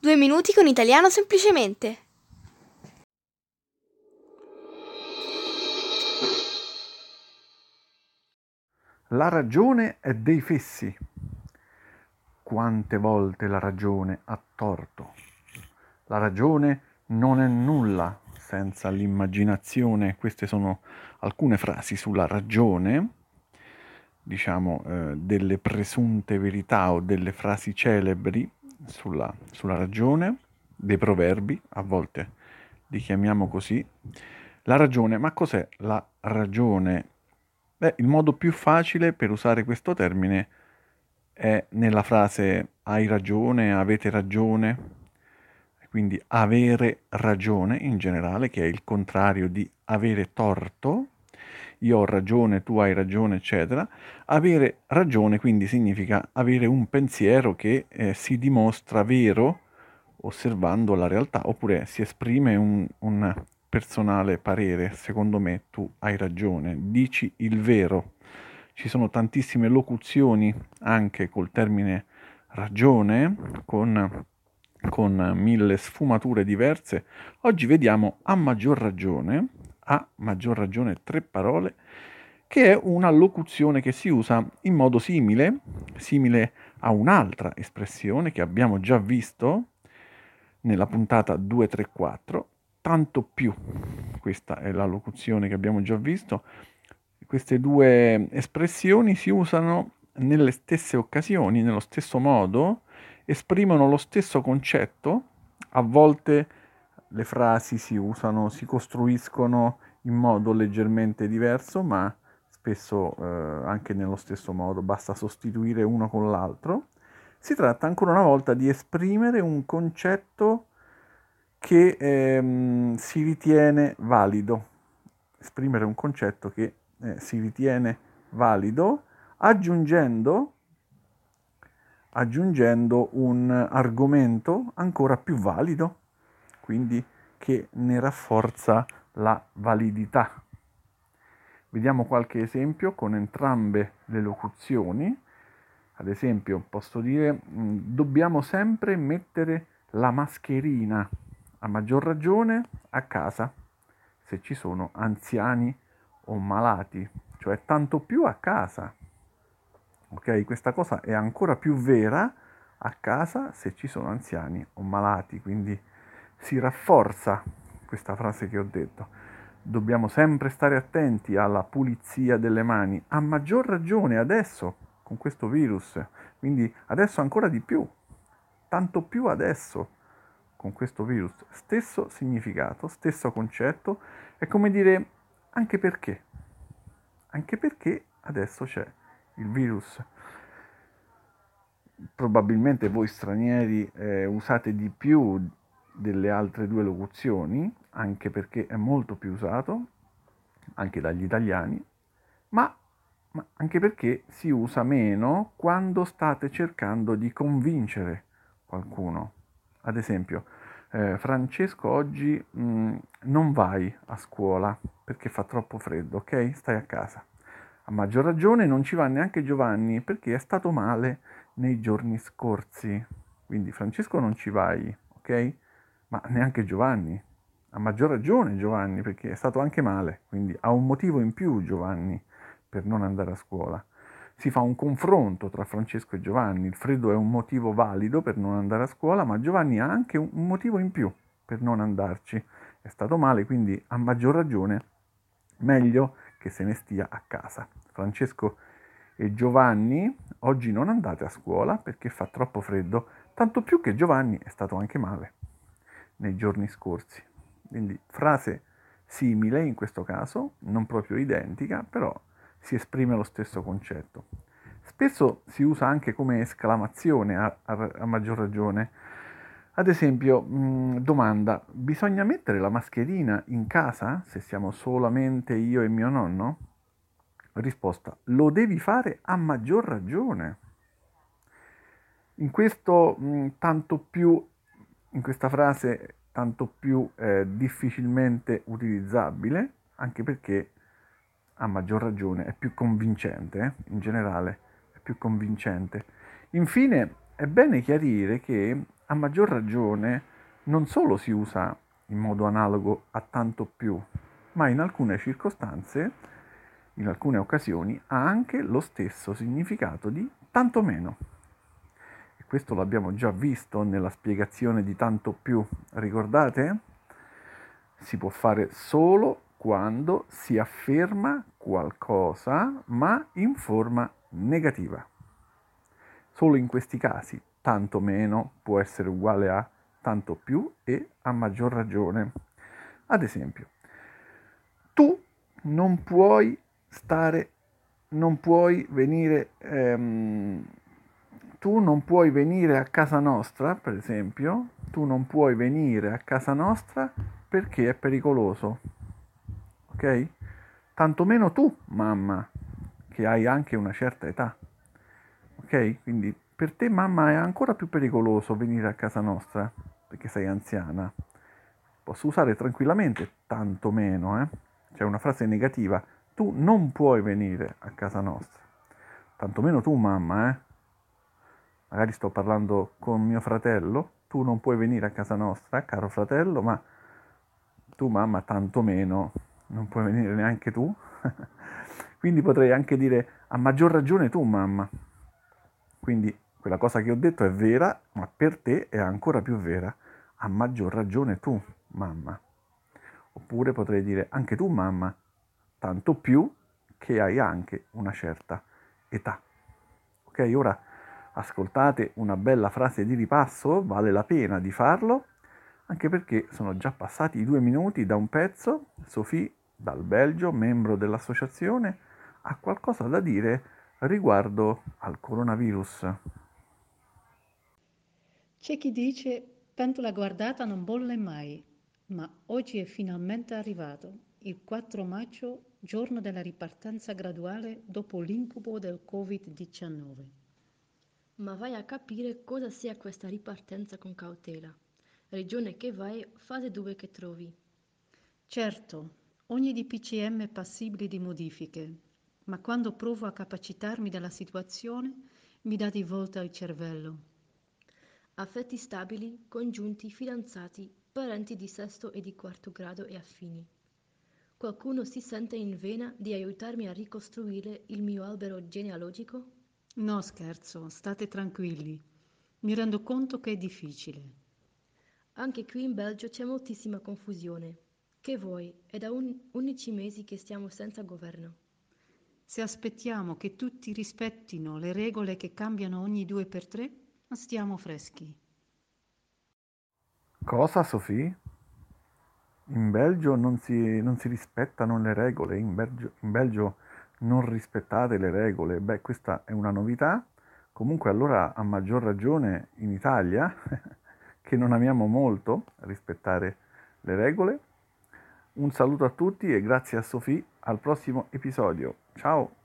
2 minuti con italiano semplicemente. La ragione è dei fessi. Quante volte la ragione ha torto? La ragione non è nulla senza l'immaginazione. Queste sono alcune frasi sulla ragione, diciamo delle presunte verità o delle frasi celebri sulla ragione, dei proverbi, a volte li chiamiamo così. La ragione, ma cos'è la ragione? Beh, il modo più facile per usare questo termine è nella frase hai ragione, avete ragione, quindi avere ragione in generale, che è il contrario di avere torto. Io ho ragione, tu hai ragione, eccetera. Avere ragione quindi significa avere un pensiero che si dimostra vero osservando la realtà, oppure si esprime un personale parere, secondo me tu hai ragione, dici il vero. Ci sono tantissime locuzioni anche col termine ragione, con 1000 sfumature diverse. Oggi vediamo a maggior ragione 3 parole, che è una locuzione che si usa in modo simile a un'altra espressione che abbiamo già visto nella puntata 234, tanto più. Questa è la locuzione che abbiamo già visto. Queste due espressioni si usano nelle stesse occasioni, nello stesso modo, esprimono lo stesso concetto. A volte le frasi si usano, si costruiscono in modo leggermente diverso, ma spesso anche nello stesso modo, basta sostituire uno con l'altro. Si tratta ancora una volta di esprimere un concetto che si ritiene valido, esprimere un concetto che si ritiene valido, aggiungendo un argomento ancora più valido, quindi che ne rafforza la validità. Vediamo qualche esempio con entrambe le locuzioni. Ad esempio, posso dire, dobbiamo sempre mettere la mascherina, a maggior ragione a casa, se ci sono anziani o malati, cioè tanto più a casa. Ok, questa cosa è ancora più vera a casa se ci sono anziani o malati, quindi si rafforza questa frase che ho detto. Dobbiamo sempre stare attenti alla pulizia delle mani, a maggior ragione adesso con questo virus, quindi adesso ancora di più, tanto più adesso con questo virus. Stesso significato, stesso concetto, è come dire anche perché adesso c'è il virus. Probabilmente voi stranieri usate di più delle altre due locuzioni, anche perché è molto più usato, anche dagli italiani, ma, ma anche perché si usa meno quando state cercando di convincere qualcuno. Ad esempio, Francesco, oggi non vai a scuola perché fa troppo freddo, ok? Stai a casa. A maggior ragione non ci va neanche Giovanni perché è stato male nei giorni scorsi. Quindi Francesco non ci vai, ok? Ma neanche Giovanni. A maggior ragione Giovanni perché è stato anche male, quindi ha un motivo in più Giovanni per non andare a scuola. Si fa un confronto tra Francesco e Giovanni, il freddo è un motivo valido per non andare a scuola, ma Giovanni ha anche un motivo in più per non andarci. È stato male, quindi a maggior ragione meglio che se ne stia a casa. Francesco e Giovanni, oggi non andate a scuola perché fa troppo freddo, tanto più che Giovanni è stato anche male nei giorni scorsi. Quindi frase simile in questo caso, non proprio identica, però si esprime lo stesso concetto. Spesso si usa anche come esclamazione a maggior ragione. Ad esempio, domanda, bisogna mettere la mascherina in casa se siamo solamente io e mio nonno? Risposta, lo devi fare a maggior ragione. In questo tanto più, in questa frase tanto più difficilmente utilizzabile, anche perché a maggior ragione è più convincente, in generale è più convincente. Infine, è bene chiarire che a maggior ragione non solo si usa in modo analogo a tanto più, ma in alcune circostanze, in alcune occasioni, ha anche lo stesso significato di tanto meno. E questo l'abbiamo già visto nella spiegazione di tanto più, ricordate? Si può fare solo quando si afferma qualcosa, ma in forma negativa. Solo in questi casi tanto meno può essere uguale a tanto più e a maggior ragione. Ad esempio, tu non puoi venire, tu non puoi venire a casa nostra, per esempio, tu non puoi venire a casa nostra perché è pericoloso, ok? Tanto meno tu, mamma, che hai anche una certa età, ok? Quindi per te, mamma, è ancora più pericoloso venire a casa nostra perché sei anziana. Posso usare tranquillamente tanto meno, C'è una frase negativa, tu non puoi venire a casa nostra. Tanto meno tu, mamma, Magari sto parlando con mio fratello, tu non puoi venire a casa nostra, caro fratello, ma tu, mamma, tanto meno non puoi venire neanche tu. Quindi potrei anche dire a maggior ragione tu, mamma. Quindi quella cosa che ho detto è vera, ma per te è ancora più vera. A maggior ragione tu, mamma. Oppure potrei dire anche tu, mamma, tanto più che hai anche una certa età. Ok, ora ascoltate una bella frase di ripasso, vale la pena di farlo, anche perché sono già passati i 2 minuti da un pezzo. Sophie, dal Belgio, membro dell'associazione, ha qualcosa da dire riguardo al coronavirus. C'è chi dice pentola guardata non bolle mai, ma oggi è finalmente arrivato, il 4 maggio, giorno della ripartenza graduale dopo l'incubo del Covid-19. Ma vai a capire cosa sia questa ripartenza con cautela. Regione che vai, fase 2 che trovi. Certo, ogni DPCM è passibile di modifiche, ma quando provo a capacitarmi della situazione mi dà di volta il cervello. Affetti stabili, congiunti, fidanzati, parenti di sesto e di quarto grado e affini. Qualcuno si sente in vena di aiutarmi a ricostruire il mio albero genealogico? No, scherzo, state tranquilli. Mi rendo conto che è difficile. Anche qui in Belgio c'è moltissima confusione. Che vuoi? È da 11 mesi che stiamo senza governo. Se aspettiamo che tutti rispettino le regole che cambiano ogni 2 per 3, non stiamo freschi. Cosa, Sophie? In Belgio non si rispettano le regole, in Belgio non rispettate le regole. Beh, questa è una novità. Comunque allora a maggior ragione in Italia, che non amiamo molto rispettare le regole. Un saluto a tutti e grazie a Sophie, al prossimo episodio. Ciao!